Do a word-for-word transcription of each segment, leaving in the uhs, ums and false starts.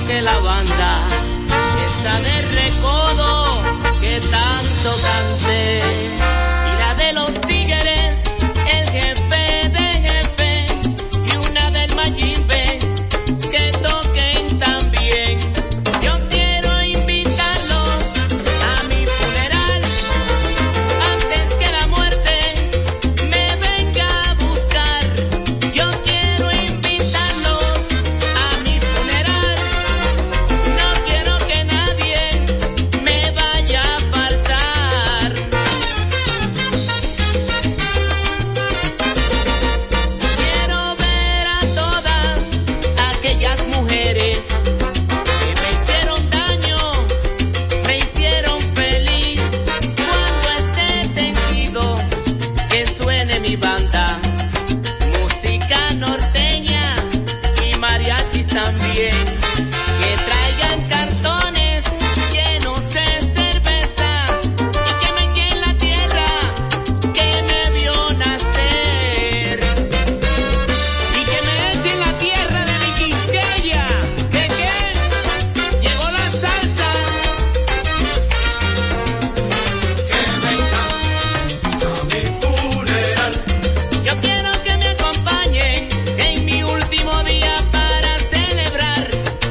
que la banda, esa de Recodo que tanto canté, y la de los Tigres, el jefe de jefe, y una del Mayimbe que toquen también. Yo quiero invitarlos a mi funeral antes que la muerte me venga a buscar. Yo quiero invitarlos a mi funeral, no quiero que nadie me vaya a faltar. Quiero ver a todas aquellas mujeres que me hicieron daño, me hicieron feliz. Cuando esté tendido, que suene mi banda, música norteña y mariachis también. Que traigan cartones llenos de cerveza y que me queden la tierra que me vio nacer. Y que me echen la tierra de mi Quisqueya. ¿Qué qué? Llegó la salsa. Yo quiero que me acompañen en mi último día para celebrar.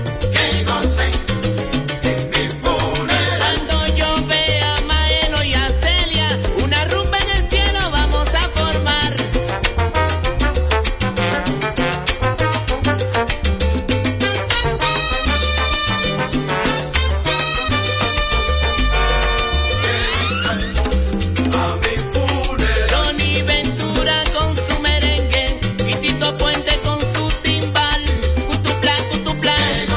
Cuando yo vea a Maelo y a Celia, una rumba en el cielo vamos a formar. Johnny Ventura con su merengue y Tito Puente con su timbal. Cutupla, cutupla.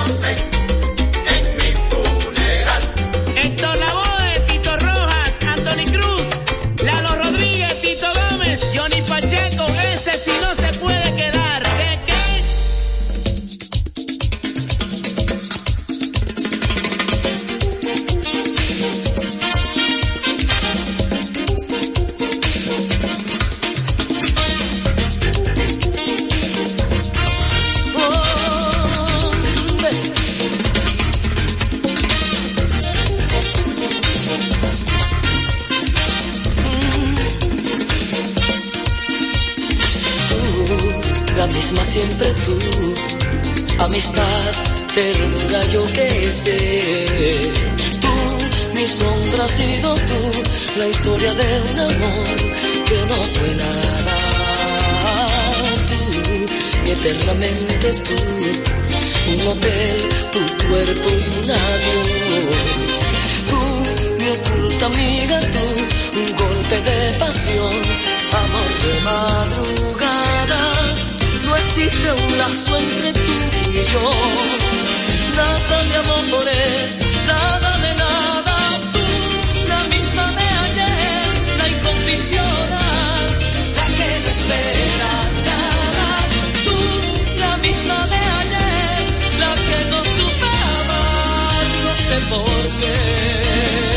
Héctor Lavoe, Tito Rojas, Anthony Cruz, Lalo Rodríguez, Tito Gómez, Johnny Pacheco, ese si no se puede quedar. ¿Qué qué? Tú, la misma siempre tú, amistad, ternura yo que sé. Tú, mi sombra has sido tú, la historia de un amor que no fue nada. Tú, y eternamente tú, un hotel, tu cuerpo y un adiós. Tú, mi oculta amiga, tú, un golpe de pasión, amor de madrugada. No existe un lazo entre tú y yo, nada de amores, nada de nada. Tú, la misma de ayer, la incondicional, la que me espera nada. Tú, la misma de ayer, la que no supe amar, no sé por qué.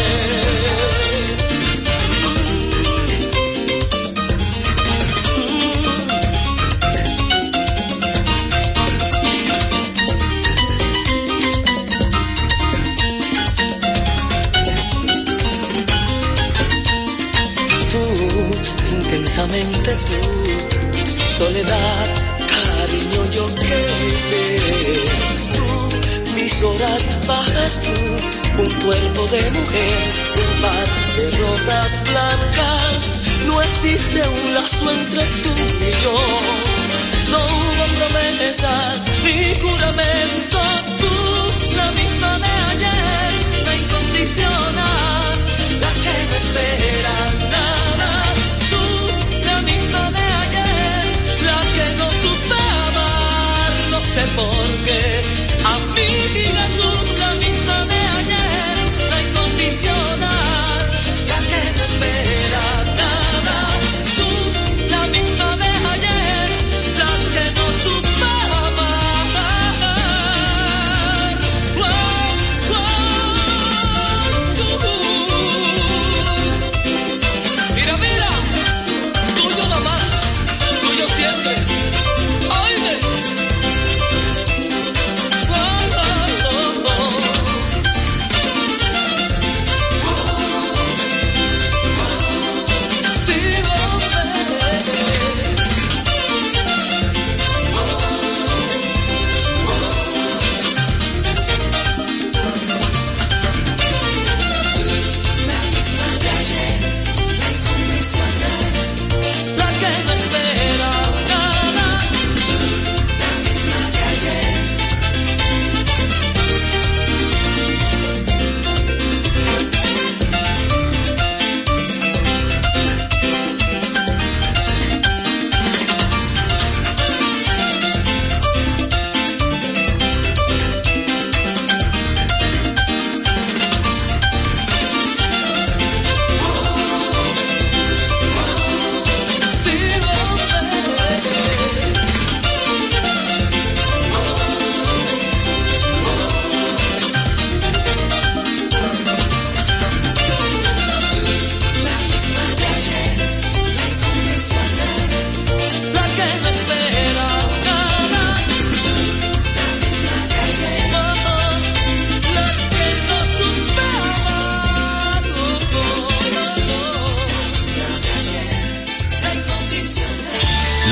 Intensamente tú, soledad, cariño yo que sé. Tú, mis horas bajas tú, un cuerpo de mujer, un par de rosas blancas. No existe un lazo entre tú y yo, no hubo promesas ni juramentos. Tú, la misma de ayer, la incondicional, la que no espera nada. La misma de ayer, la que no supe amar, no sé por qué. Amiga tú, la misma de ayer, la incondicional, la que no espera nada. Tú, la misma de ayer, la que no supe amar.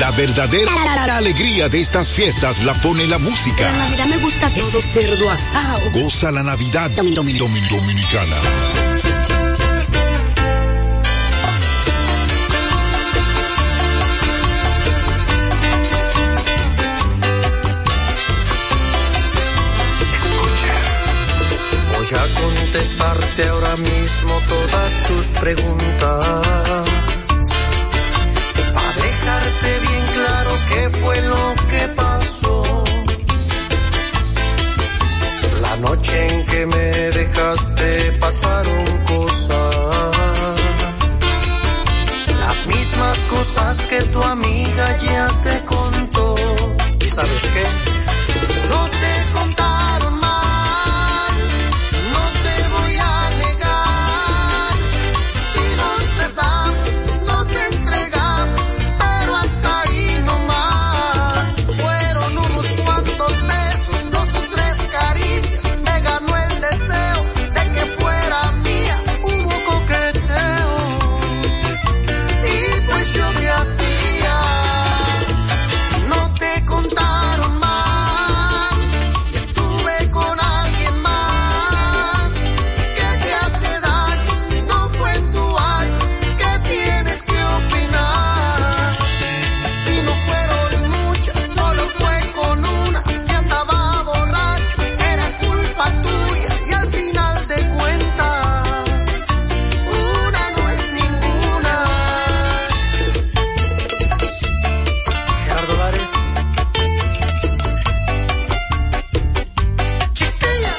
La verdadera alegría de estas fiestas la pone la música. La Navidad me gusta todo cerdo asado. Goza la Navidad domin, domin, domin, dominicana. Voy a contestarte ahora mismo todas tus preguntas, para dejarte bien claro qué fue lo que pasó. La noche en que me dejaste pasaron cosas, las mismas cosas que tu amiga ya te contó. ¿Y sabes qué? No te contaron más. Nos entregamos, pero hasta ahí no más. Fueron unos cuantos besos, dos o tres caricias. Me ganó el deseo de que fuera mía. Hubo coqueteo. Y pues yo qué hacía. No te contaron más. Si estuve con alguien más. ¿Qué te hace daño si no fue en tu año? Tienes que opinar. Si no fueron muchas, solo fue con una. Si andaba borracho, era culpa tuya. Y al final de cuentas, una no es ninguna. Gerardo Lares. Chiquilla.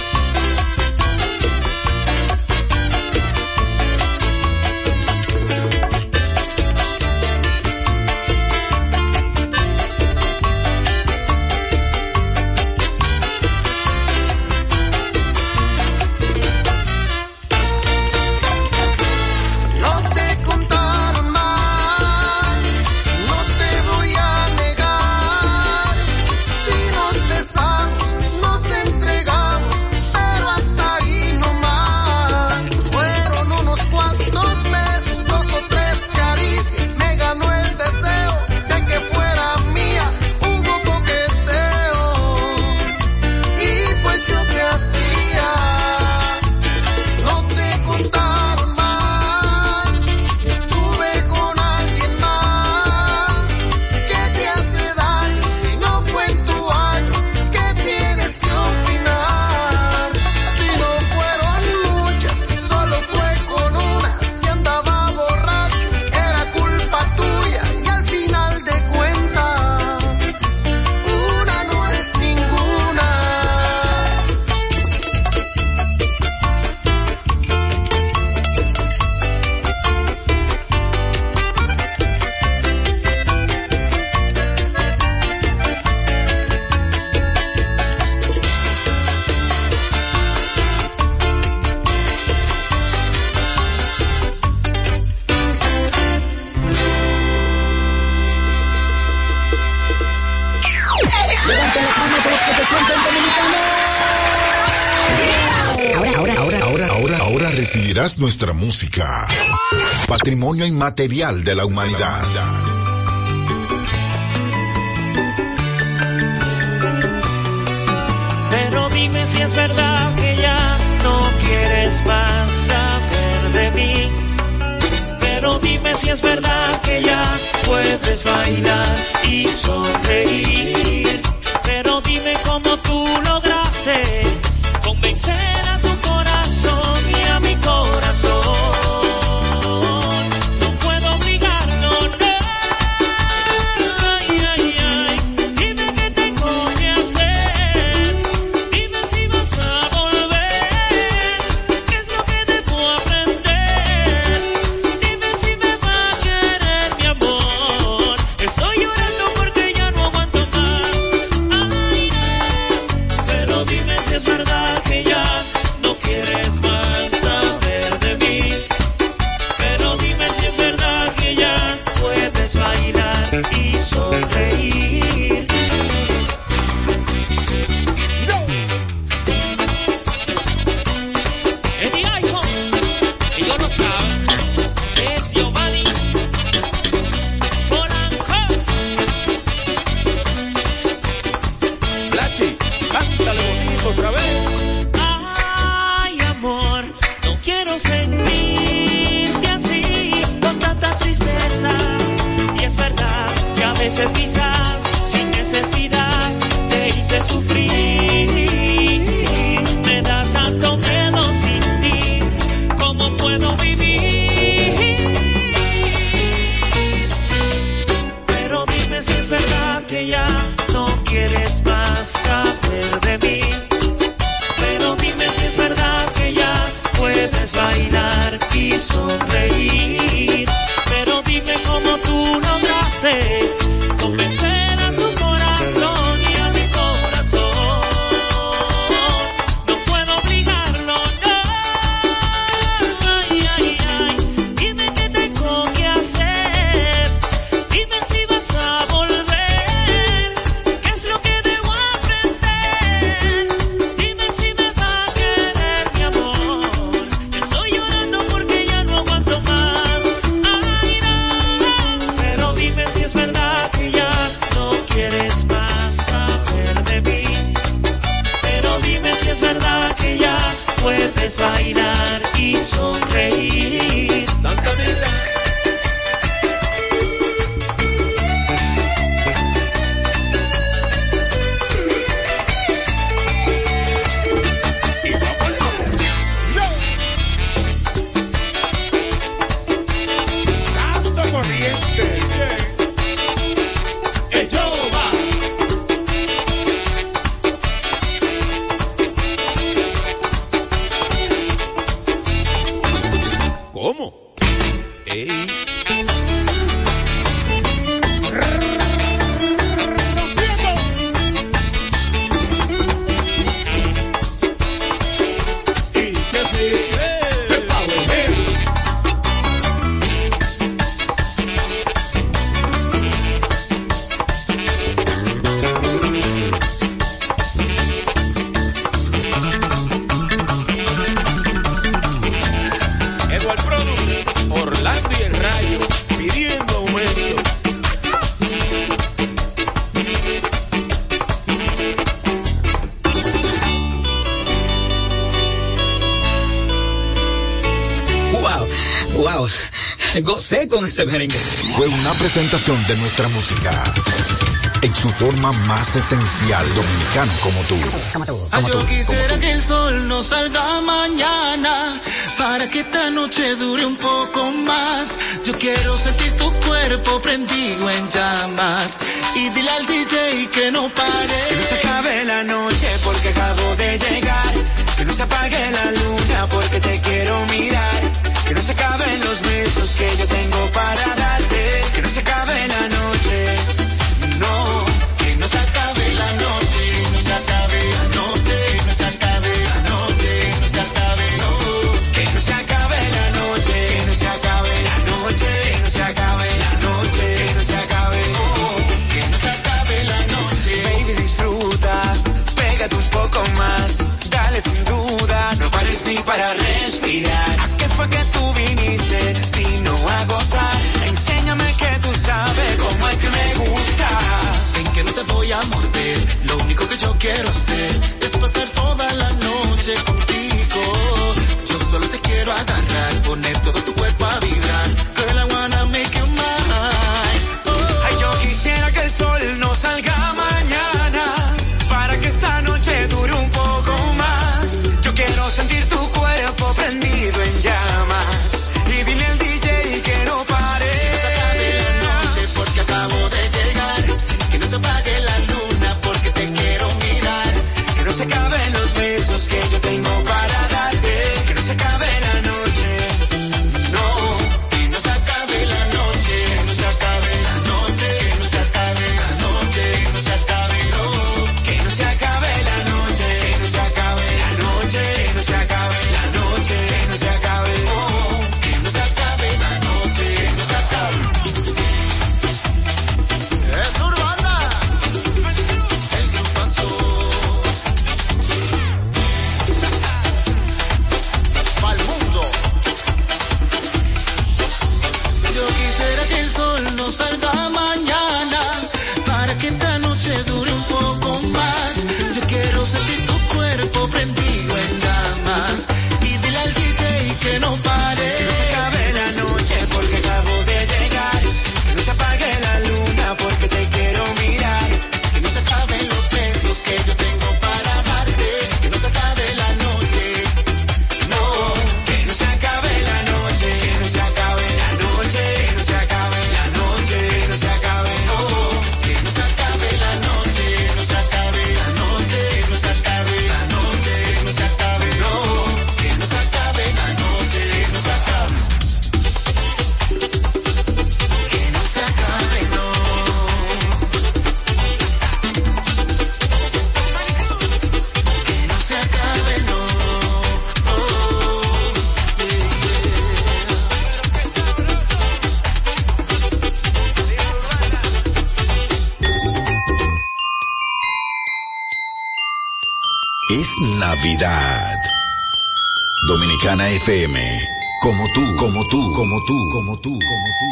No te contaron mal, no te voy a negar. Si nos besamos, nos entregamos, pero hasta ahí no más. Fueron unos cuantos besos, dos o tres caricias. Me ganó el deseo de que fuera mía. Hubo coqueteo. Y pues yo qué hacía. No te contaron mal. Si estuve con alguien más. ¿Qué te hace daño si no fue en tu año? ¿Qué tienes que opinar? Si no fueron muchas, solo fue con una. Si andaba borracho, era culpa tuya. Y al final de cuentas, una no es ninguna. Levanten las manos a los que se sienten dominicanos. Ahora, ahora, ahora, ahora, ahora, ahora recibirás nuestra música. Patrimonio inmaterial de la humanidad. Pero dime si es verdad que ya no quieres más saber de mí. Pero dime si es verdad que ya puedes bailar y sonreír. Pero dime cómo tú lograste convencer a tu corazón y a mi corazón. No puedo obligarlo, no. Ay, ay, ay. Dime qué tengo que hacer. Dime si vas a volver. ¿Qué es lo que debo aprender? Dime si me va a querer, mi amor. Estoy llorando porque ya no aguanto más. Ay, no. Pero dime si otra vez. Ay, amor, no quiero sentirte así, con tanta tristeza. Y es verdad que a veces quizás sin necesidad te hice sufrir. Me da tanto miedo sin ti, ¿cómo puedo vivir? Pero dime si es verdad que ya no quieres más saber de mí. Pero dime si es verdad que ya puedes bailar y sonreír. Pero dime cómo tú lograste convencer a tu corazón y a mi corazón. No puedo obligarlo, no. Ay, ay, ay. Dime qué tengo que hacer. Dime si vas a volver. ¿Qué es lo que debo aprender? Dime si me va a querer, mi amor. Estoy llorando porque ya no aguanto más. Ay, no. Pero dime si es verdad que ya no quieres más saber de mí. Pero dime si es verdad que ya puedes bailar y sonreír. Santa Anita. Y vámonos. Dando corriente. Que yo va. ¿Cómo? Ey. Y que sí, de Power Man. Edward Produ, Orlando y el Rayo, pidiendo aumento. Wow, wow. Gocé con ese merengue. Fue una presentación de nuestra música en su forma más esencial, dominicano como tú. Como tú. Ay, Como yo tú, quisiera como tú. que el sol no salga mañana para que esta noche dure un poco más. Yo quiero sentir tu cuerpo prendido en llamas y dile al D J que no pare. Que no se acabe la noche porque acabo de llegar. Que no se apague la luna porque te quiero mirar. Que no se acaben los besos que yo tengo para darte. Que no se acabe la noche. No, que no se acabe la noche. No se acabe la noche. No se acabe la noche. No se acabe, no. Que no se acabe la noche. Que no se acabe la noche. Que no se acabe la noche. Que no se acabe, oh. Que no se acabe la noche. Baby, disfruta. Pégate un poco más. Dale sin duda. No pares ni para respirar. ¿A qué fue que tú viniste? Si no a gozar. Enséñame que tú sabes cómo es que me gusta. Ven que no te voy a morder. Lo único que yo quiero hacer es pasar toda la noche contigo. Yo solo te quiero agarrar, poner todo tu cuerpo a vibrar. Girl, I wanna make you mine. Oh. Ay, yo quisiera que el sol no salga mañana para que esta noche dure un poco más. Yo quiero sentir tu cuerpo prendido en llamas y dile al D J que no pare. Es Navidad. Dominicana F M. Como tú, como tú, como tú, como tú, como tú.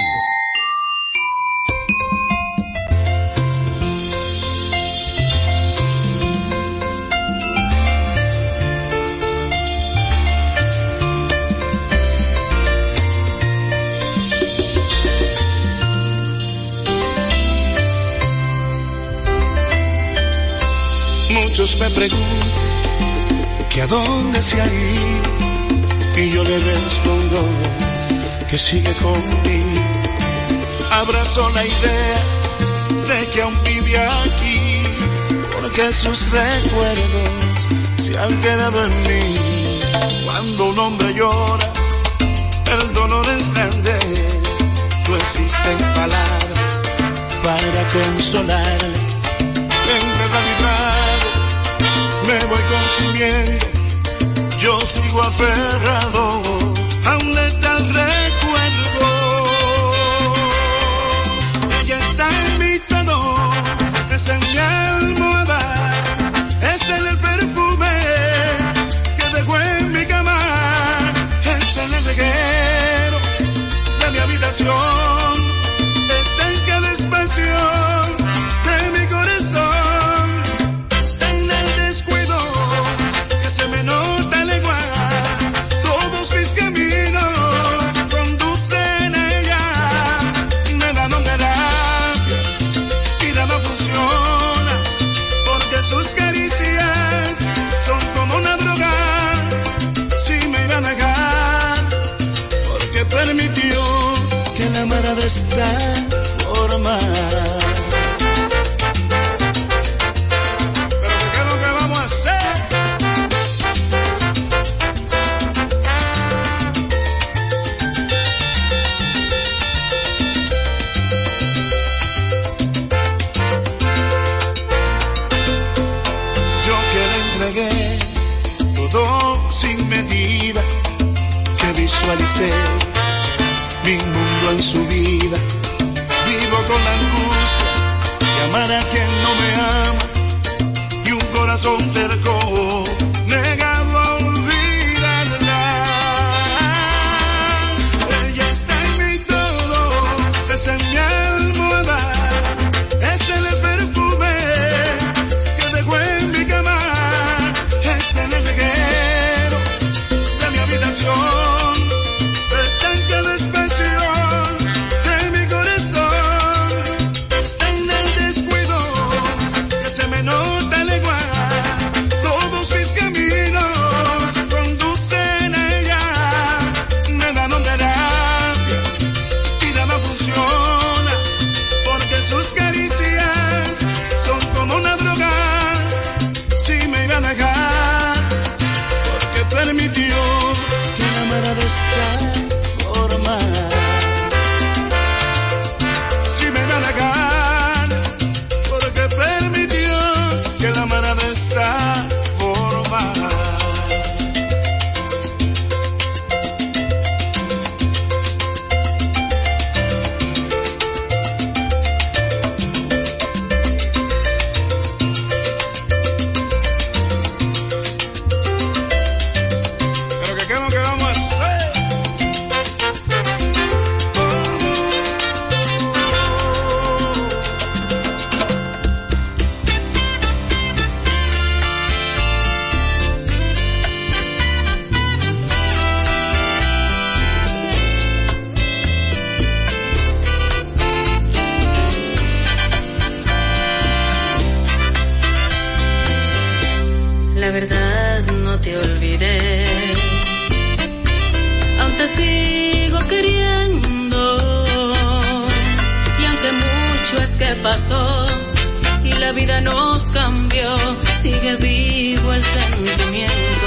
Muchos me preguntan que a dónde se ha ido y yo le respondo que sigue conmigo. Abrazo la idea de que aún vive aquí porque sus recuerdos se han quedado en mí. Cuando un hombre llora, el dolor es grande, no existen palabras para consolar. Entras a mi trago, me voy consumiendo, yo sigo aferrado a un letal recuerdo. Ella está en mi todo, es en mi almohada, es en el perfume que dejó en mi cama, es en el reguero de mi habitación, está en cada espacio de mi corazón, está en el descuido que se me nota en la igual. Todos mis caminos conducen a ella, me dan una terapia y nada funciona, porque sus caricias son como una droga. Si me iba a negar, porque permitió que la amara de esta forma. Visualicé mi mundo en su vida, vivo con la angustia de amar a quien no me ama y un corazón terco negado a olvidarla. Ella está en mi todo, es en mi almohada, es en el perfume que dejó en mi cama, es en el reguero de mi habitación. La verdad no te olvidé, aún te sigo queriendo, y aunque mucho es que pasó y la vida nos cambió, sigue vivo el sentimiento.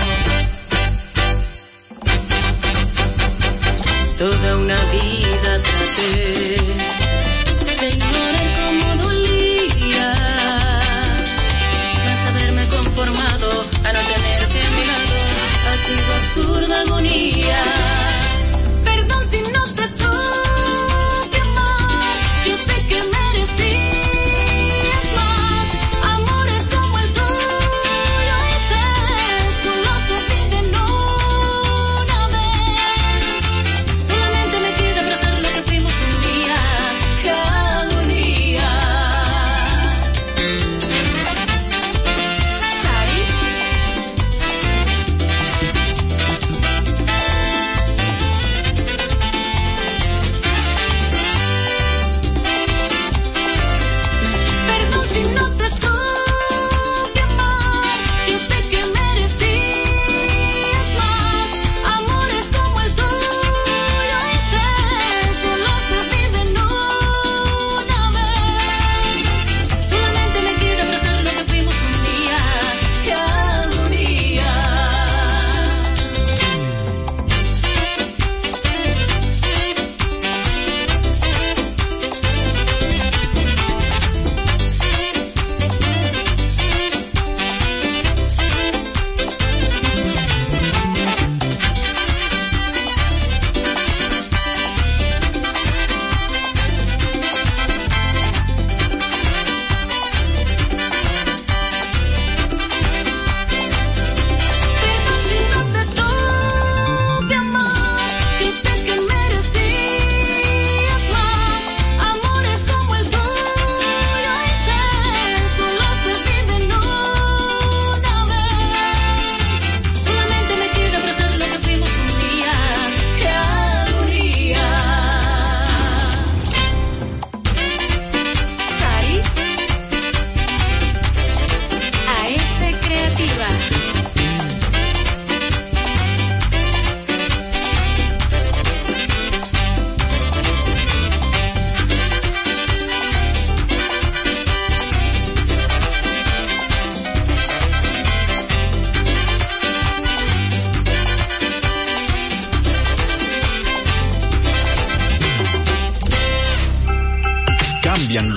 Toda una vida traté de ignorar cómo dolía, conformado a no tenerte a mi lado, ha sido absurda agonía. Perdón si no te supe amar, yo sé que merecías más amores como el tuyo y sé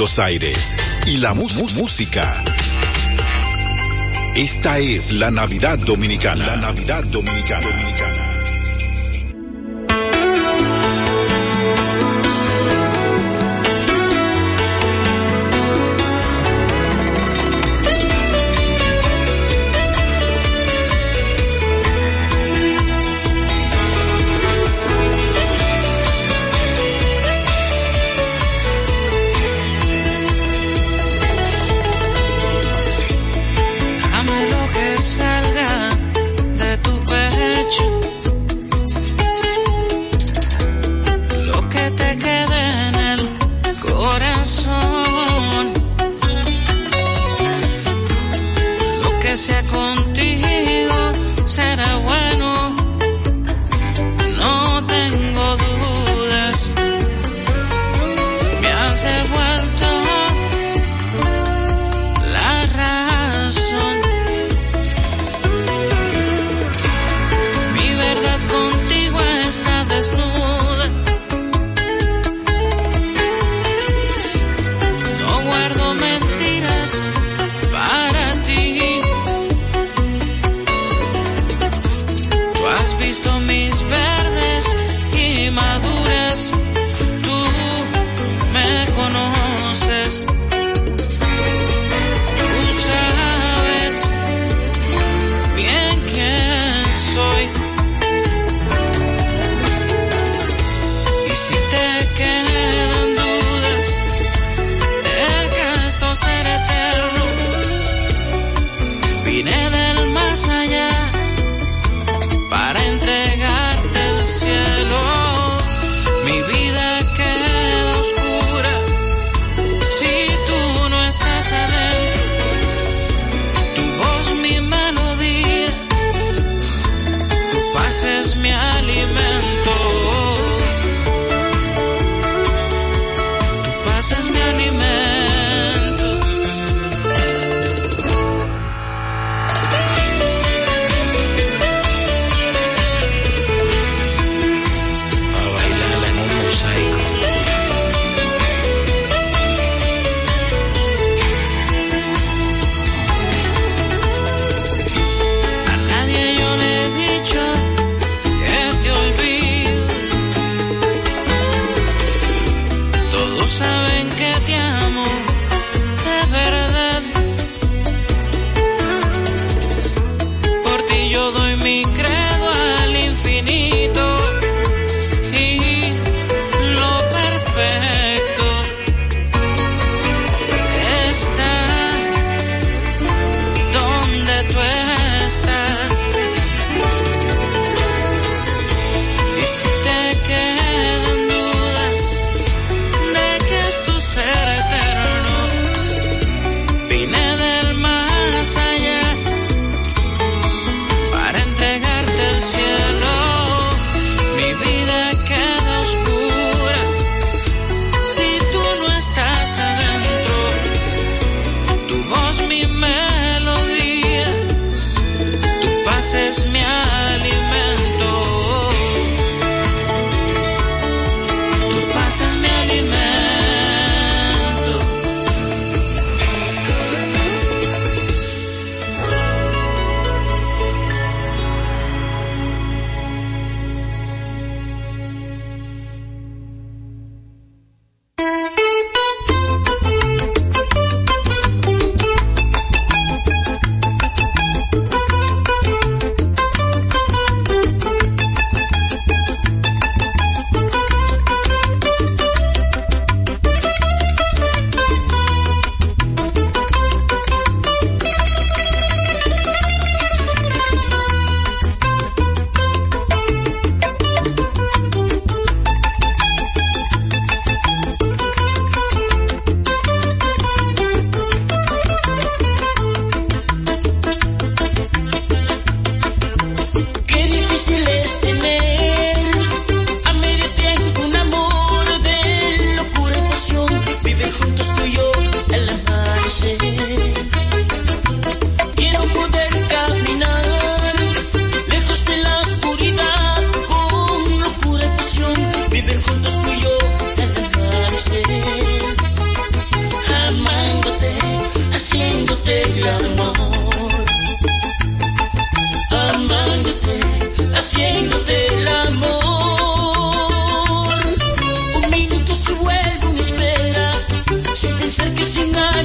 los aires y la mus- música. Esta es la Navidad Dominicana. La Navidad Dominicana. Dominicana.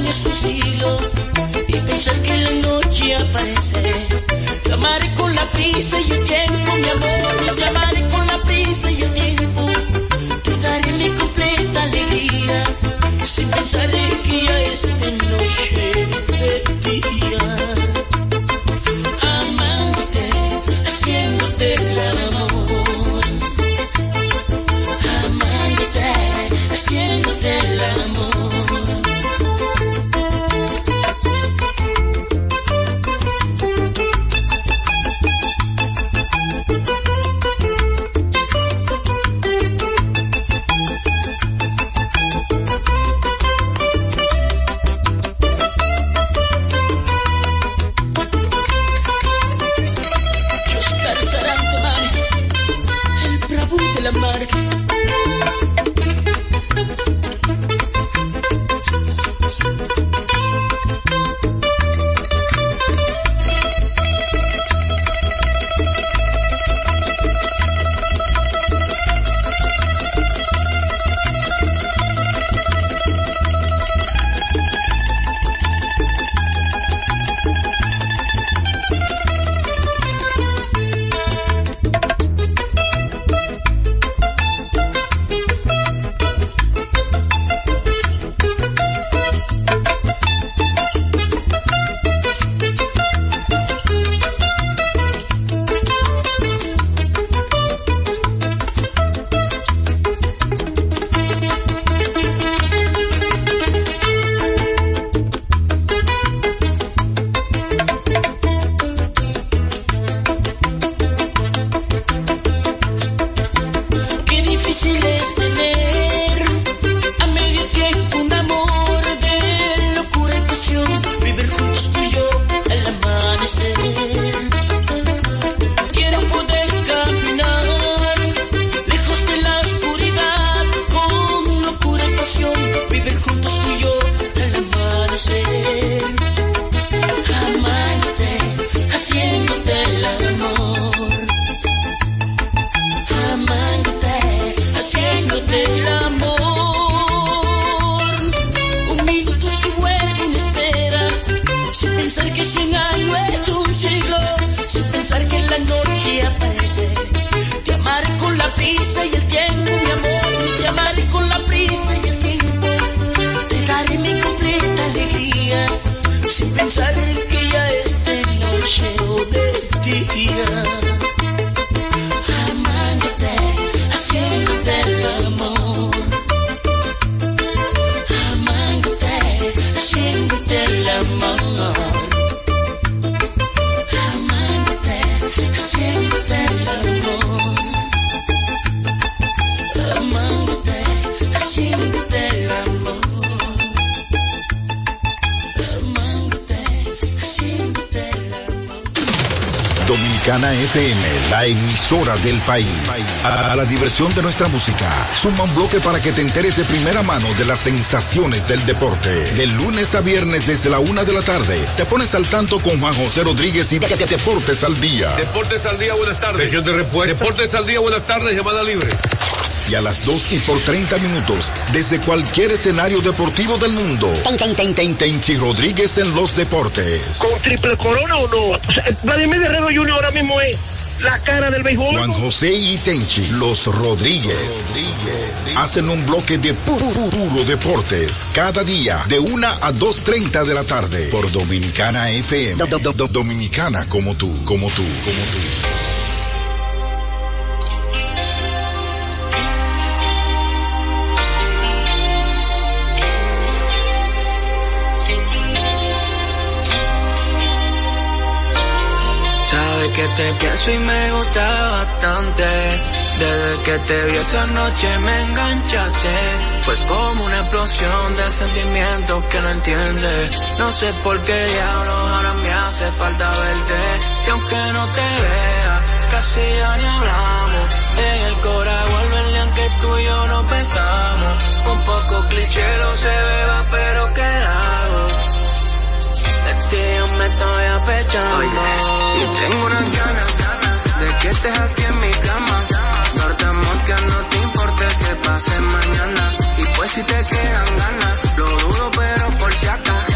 es un siglo y pensar que la noche aparece. Te amaré con la prisa y el tiempo, mi amor. Te amaré con la prisa y el tiempo. Te daré mi completa alegría sin pensar en que ya es de noche de día. Amándote, haciéndote el amor. Amándote, haciéndote el amor. F M, la emisora del país. A, a la diversión de nuestra música, suma un bloque para que te enteres de primera mano de las sensaciones del deporte. De lunes a viernes desde la una de la tarde, te pones al tanto con Juan José Rodríguez y de, de, de Deportes al Día. Deportes al Día, buenas tardes. Región de respuesta. Deportes al Día, buenas tardes, llamada libre. Y a las dos y por treinta minutos, desde cualquier escenario deportivo del mundo, ten, ten, ten, Tenchi Rodríguez en los deportes. ¿Con triple corona o no? O sea, Vladimir Guerrero junior ahora mismo es la cara del béisbol. Juan José y Tenchi, los Rodríguez, Rodríguez. Hacen un bloque de puro, puro deportes cada día de una a dos treinta de la tarde por Dominicana F M. Do, do, do, Dominicana como tú, como tú, como tú. Que te pienso y me gusta bastante. Desde que te vi esa noche me enganchaste. Fue como una explosión de sentimientos que no entiendes. No sé por qué diablos ahora me hace falta verte. Y aunque no te vea, casi ya ni hablamos. En el cora vuelve aunque tú y yo no pensamos. Un poco cliché lo se beba, pero ¿qué hago? De ti yo me estoy apechando. Oye. Y tengo unas ganas de que estés aquí en mi cama. Darte amor que no te importe que pase mañana. Y pues si te quedan ganas, lo dudo pero por si acaso.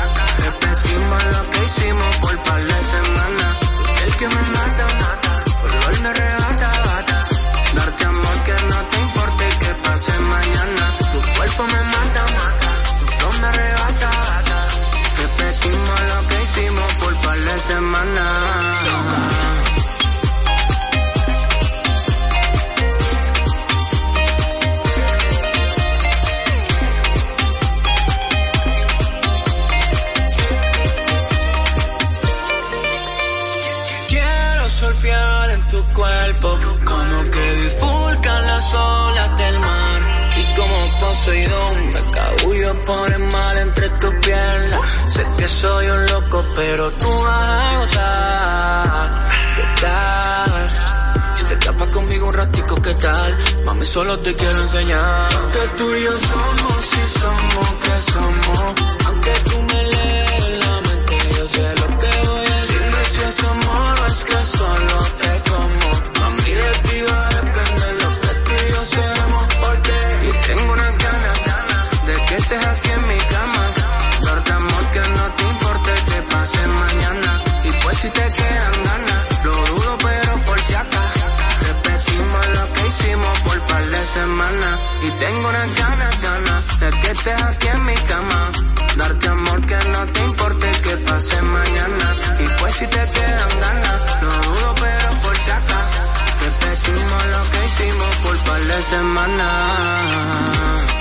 surfear en tu cuerpo, como que bifurcan las olas del mar. Y como Poseidón me cabullo por el mar entre tus piernas. Sé que soy un loco, pero tú vas a gozar. ¿Qué tal? Si te escapas conmigo un ratico, ¿qué tal? Mami, solo te quiero enseñar que tú y yo somos, si somos, que somos. Aunque tú me lees la mente, yo sé lo que voy a decir. Dime si es amor o es que solo te como. Mami, de ti va a depender lo que tú y yo hacemos por ti. Y tengo unas ganas, ganas de que estés aquí en mi cama. Darte amor que no te importe que pase mañana. Y pues si te quedan ganas, lo dudo pero por si acaso. Repetimos lo que hicimos por par de semanas. Y tengo unas ganas, ganas de que estés aquí en mi cama. Darte amor que no te importe que pase mañana. Y pues si te quedan ganas, lo dudo pero por si acaso. Repetimos lo que hicimos por par de semanas.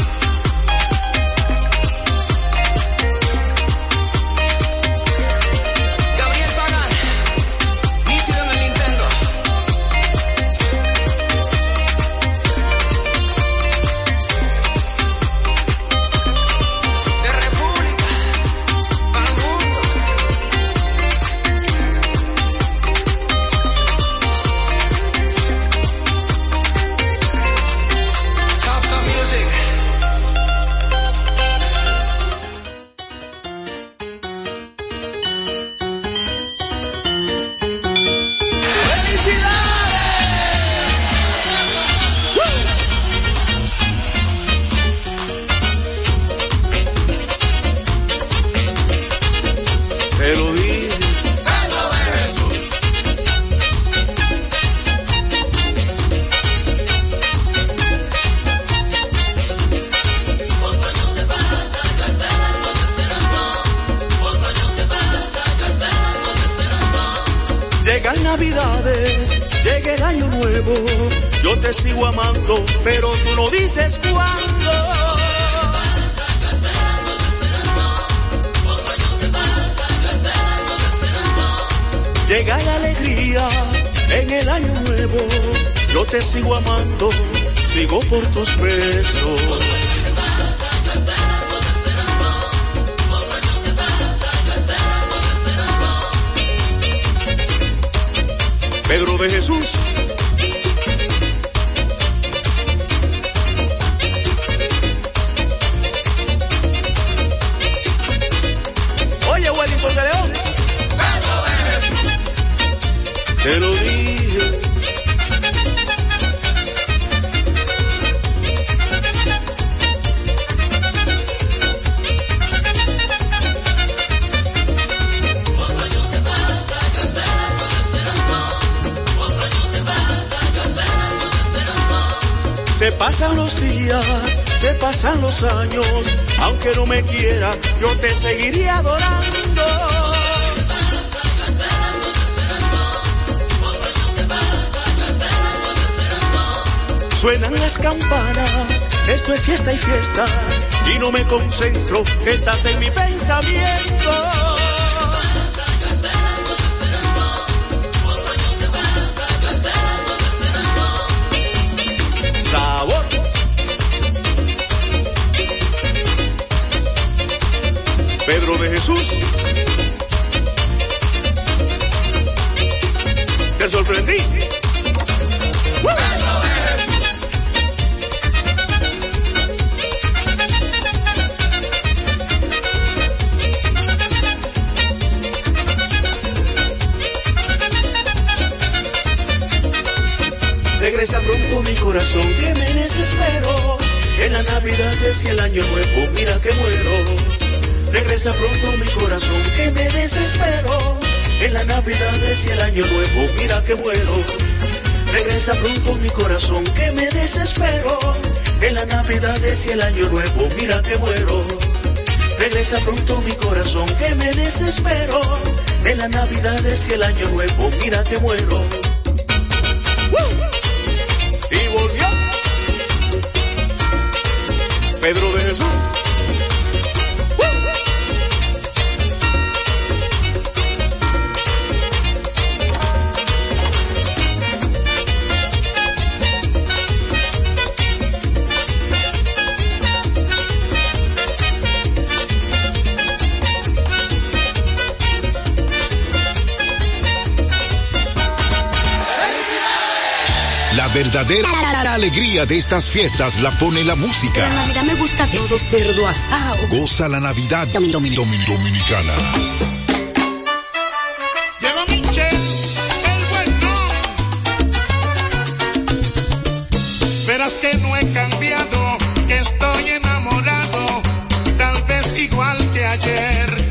Sigo amando, pero tú no dices cuándo. Llega la alegría en el año nuevo. Yo te sigo amando, sigo por tus besos. Pedro de Jesús. Te lo dije. Se pasan los días, se pasan los años, aunque no me quiera, yo te seguiría adorando. Suenan las campanas, esto es fiesta y fiesta, y no me concentro, estás en mi pensamiento. Sabor. Pedro de Jesús. Te sorprendí. Regresa pronto mi corazón que me desespero. En la Navidad es y el año nuevo, mira que muero. Regresa pronto mi corazón que me desespero. En la Navidad es y el año nuevo, mira que muero. Regresa pronto mi corazón que me desespero. En la Navidad es y el año nuevo, mira que muero. Regresa pronto mi corazón que me desespero. En la Navidad es y el año nuevo, mira que muero. Y volvió Pedro de Jesús. La verdadera alegría de estas fiestas la pone la música. La Navidad me gusta ese cerdo asado. Goza la Navidad domin, domin, domin, dominicana. Llegó Michel, el bueno. Verás que no he cambiado, que estoy enamorado, tal vez igual que ayer.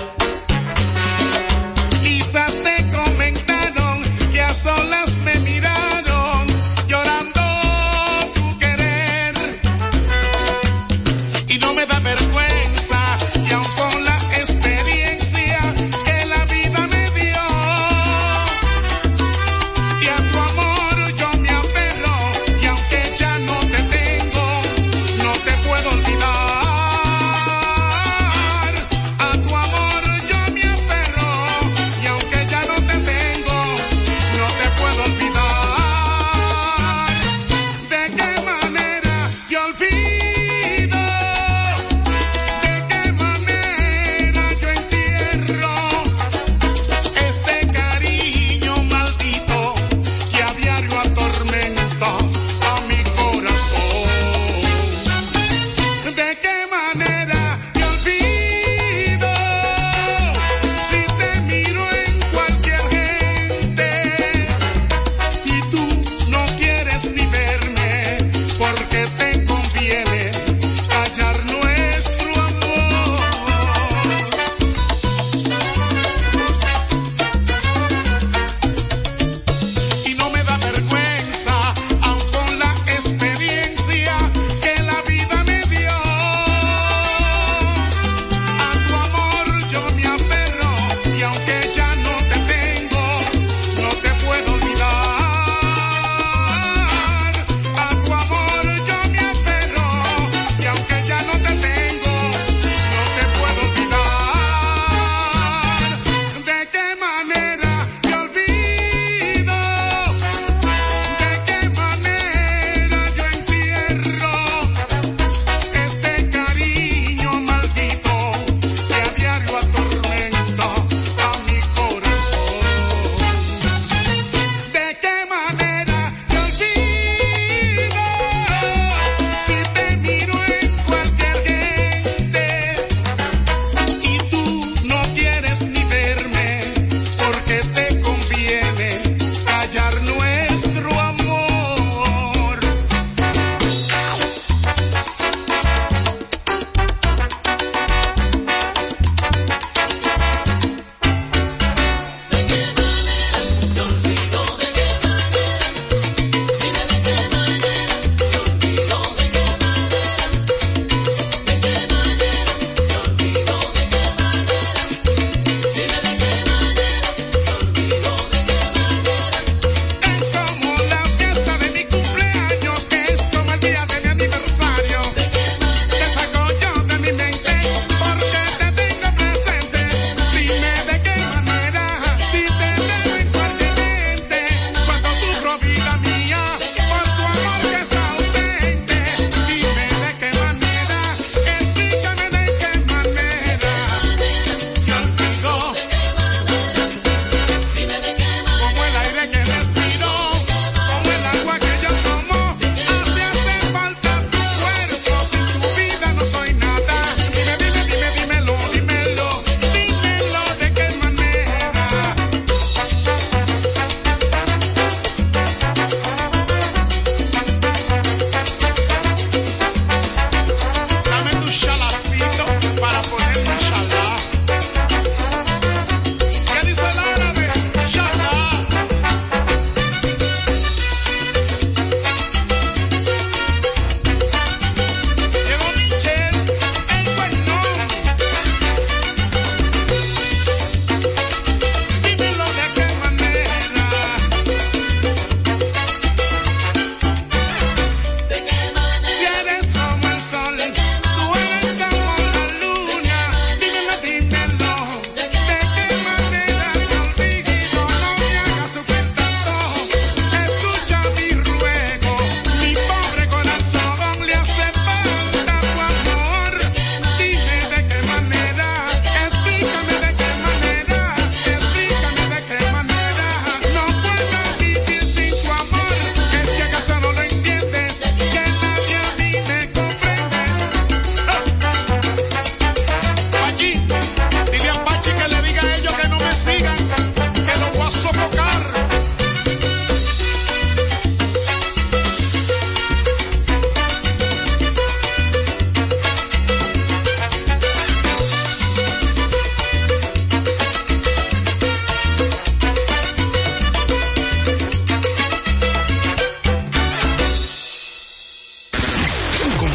Quizás te comentaron que a solas me miraron, llorando tu querer. Y no me da vergüenza, y aun con la experiencia que la vida me dio, y a tu amor yo me aferro, y aunque ya no te tengo,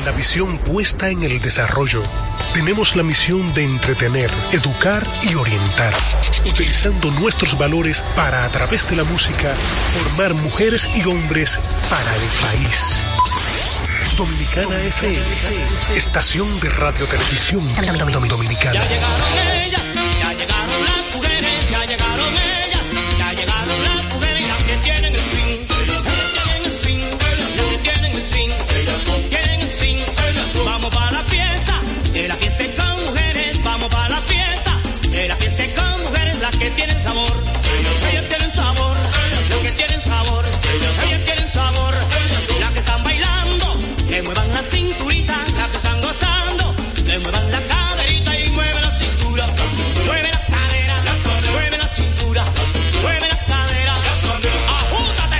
la visión puesta en el desarrollo. Tenemos la misión de entretener, educar y orientar, utilizando nuestros valores para, a través de la música, formar mujeres y hombres para el país. Dominicana F M, estación de radio televisión dominicana. Ya llegaron ellas, ya llegaron las mujeres, ya llegaron ellas, ya llegaron las mujeres, las que tienen el swing, tienen el swing, las que tienen el swing, tienen el swing. Vamos para la fiesta, de la fiesta con mujeres, vamos para la fiesta, de la fiesta con mujeres, las que tienen sabor, ellas tienen sabor, las que tienen sabor, ellas tienen sabor, las que están bailando, que muevan la cinturita, las que están gozando, que muevan la caderita y mueven la cintura, mueve la cadera, mueve la cintura, mueve la cadera, ajústate.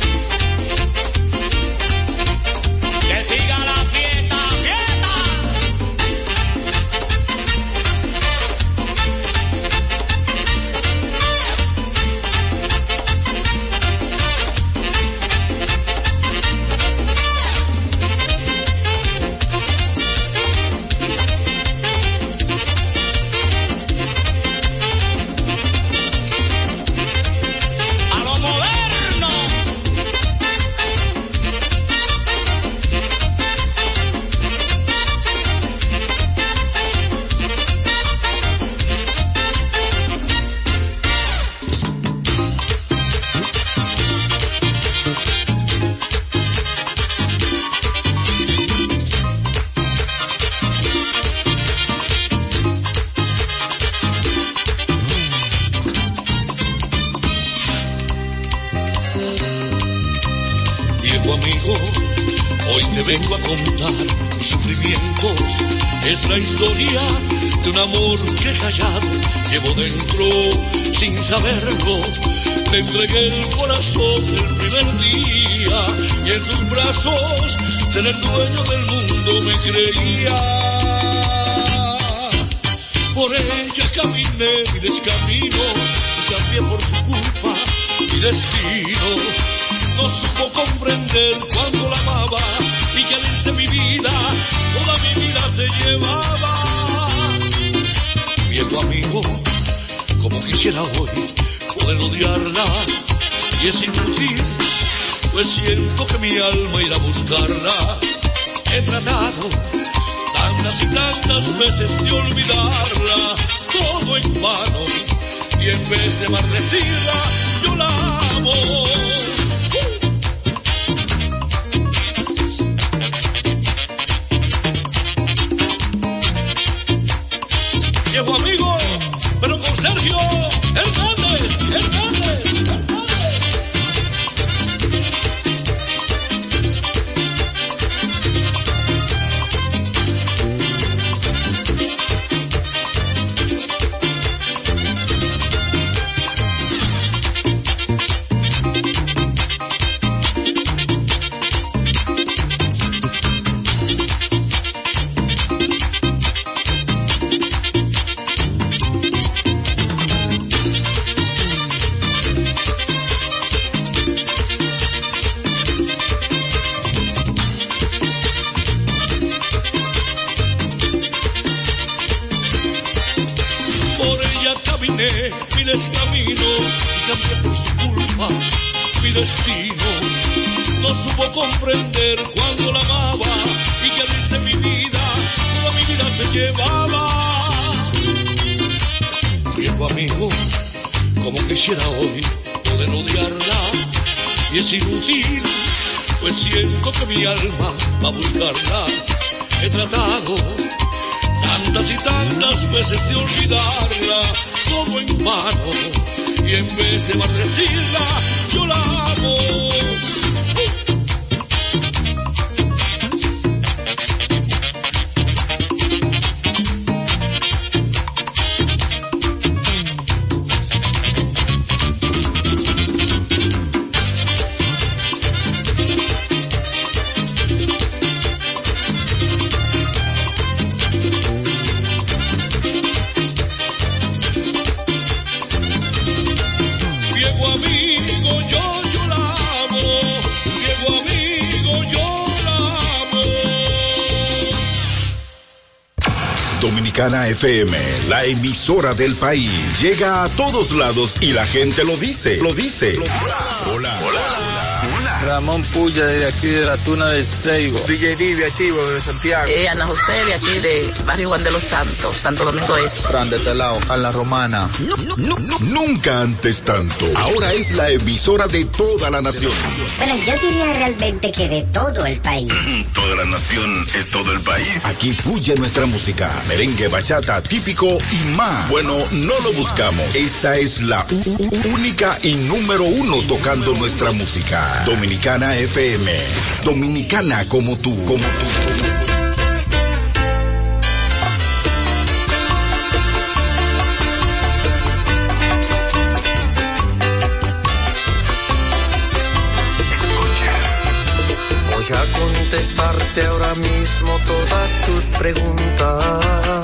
Que siga la fiesta, fiesta. Viejo amigo, hoy te vengo a contar mis sufrimientos. Es la historia de un amor que callado llevo dentro sin saberlo. Te entregué el corazón el primer día y en sus brazos ser el dueño del mundo me creía. Por ella caminé miles caminos y cambié por su culpa mi destino. No supo comprender cuando la amaba y que al irse mi vida, toda mi vida se llevaba. Viejo amigo, como quisiera hoy poder odiarla, y es inútil, pues siento que mi alma irá a buscarla. He tratado tantas y tantas veces de olvidarla, todo en vano, y en vez de maldecirla, yo la amo. Viejo amigo, pero con Sergio Hernández, Hernández. Miles caminos y cambié por su culpa mi destino. No supo comprender cuando la amaba y que al irse mi vida, toda mi vida se llevaba. Viejo amigo, como quisiera hoy poder odiarla, y es inútil, pues siento que mi alma va a buscarla. He tratado tantas y tantas veces de olvidarla, todo en vano, y en vez de maldecirla, yo la amo. Dominicana F M, la emisora del país, llega a todos lados y la gente lo dice, lo dice. Hola, hola, hola. Ramón Puya de aquí de la Tuna del Seibo. D J Divi activo de Santiago. Eh, Ana José de aquí de Barrio Juan de los Santos, Santo Domingo Este. Fran de este lado, a la Romana. No, no, no, no, nunca antes tanto. Ahora es la emisora de toda la nación. Bueno, yo diría realmente que de todo el país. Toda la nación es todo el país. Aquí fluye nuestra música, merengue, bachata, típico y más. Bueno, no lo buscamos. Esta es la única y número uno tocando nuestra música. Dominicana F M. Dominicana como tú, como tú. Voy a contestarte ahora mismo todas tus preguntas,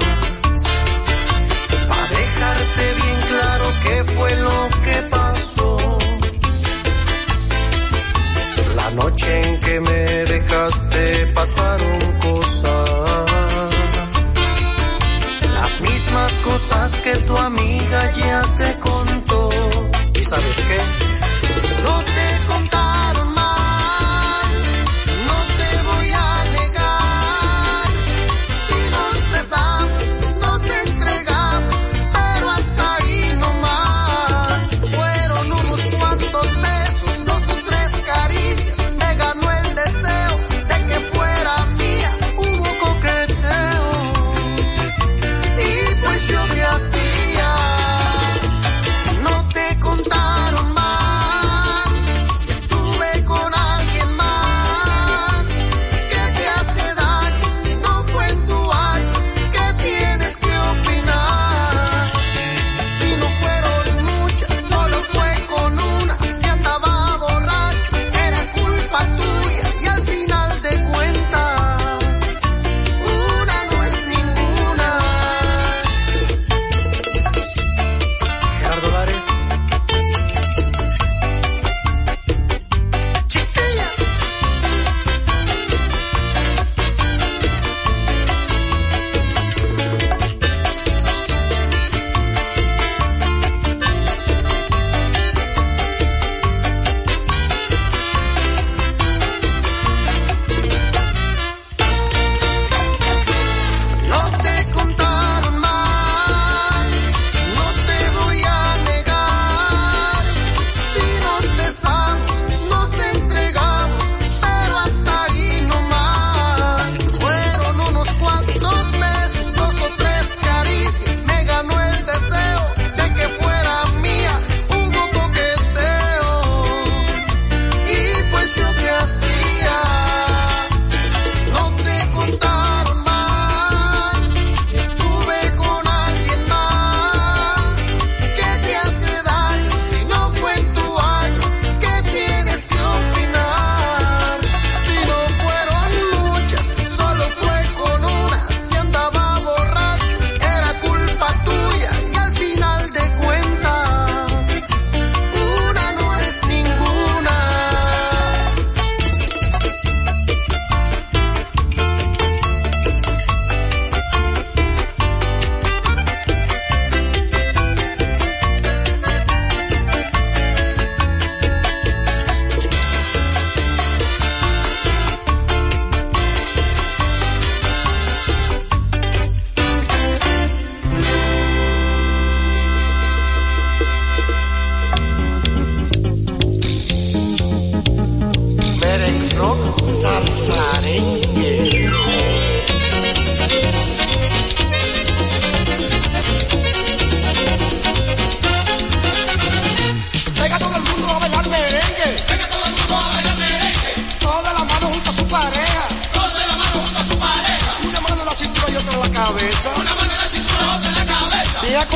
para dejarte bien claro qué fue lo que pasó. La noche en que me dejaste pasaron cosas, las mismas cosas que tu amiga ya te contó. ¿Y sabes qué? No te contaron mal, no te voy a negar. Si nos besamos, nos entregamos, pero hasta ahí no más. Fueron unos cuantos besos, dos o tres caricias, me ganó el deseo de que fuera mía. Hubo coqueteo y pues yo me hacía. No te contaron mal.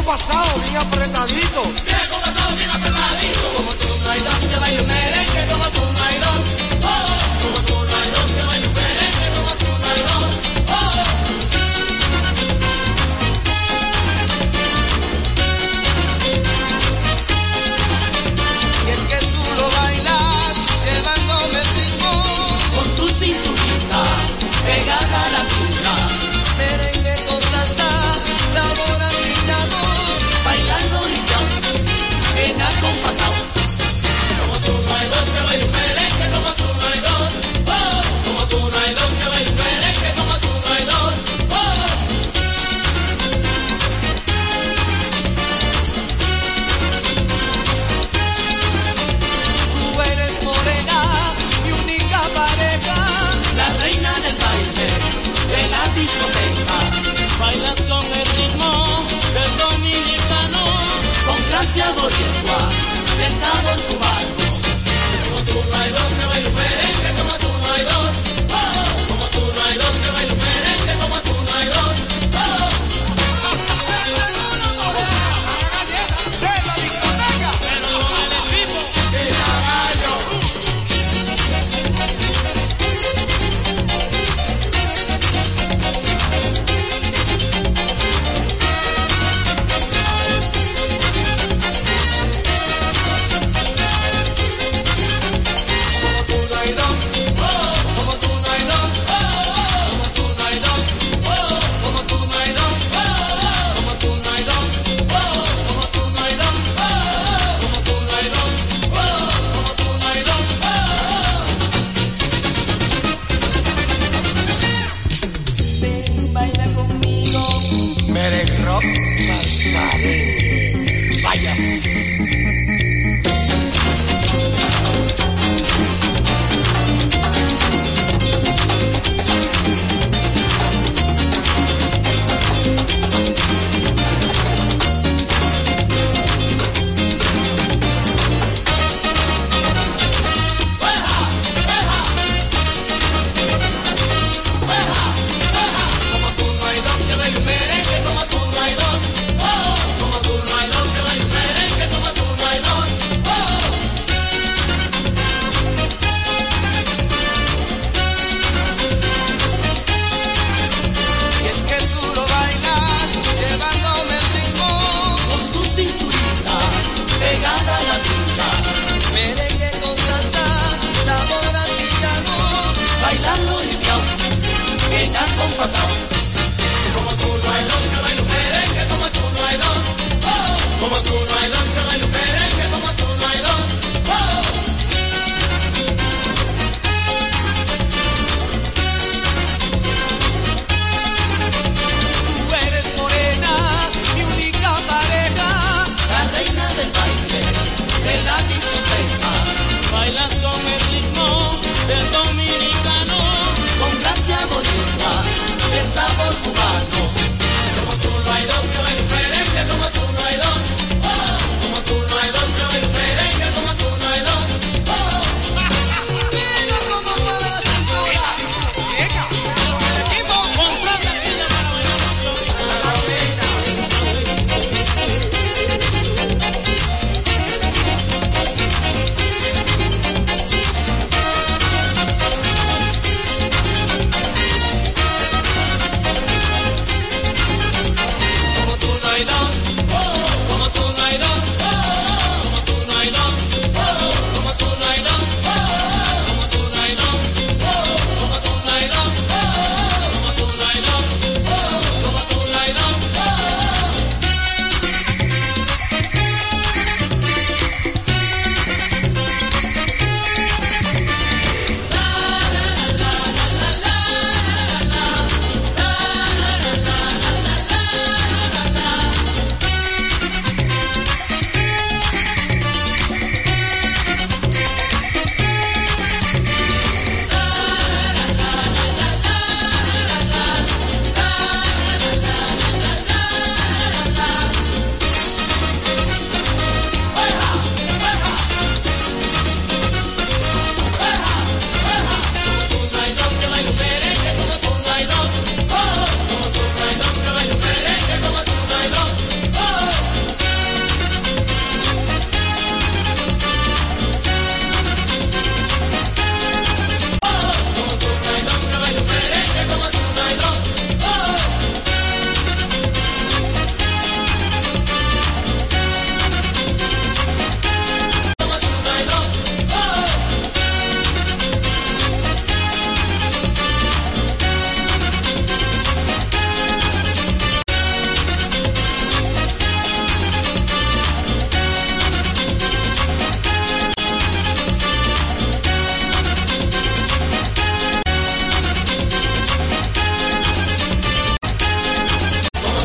pasado bien apretadito.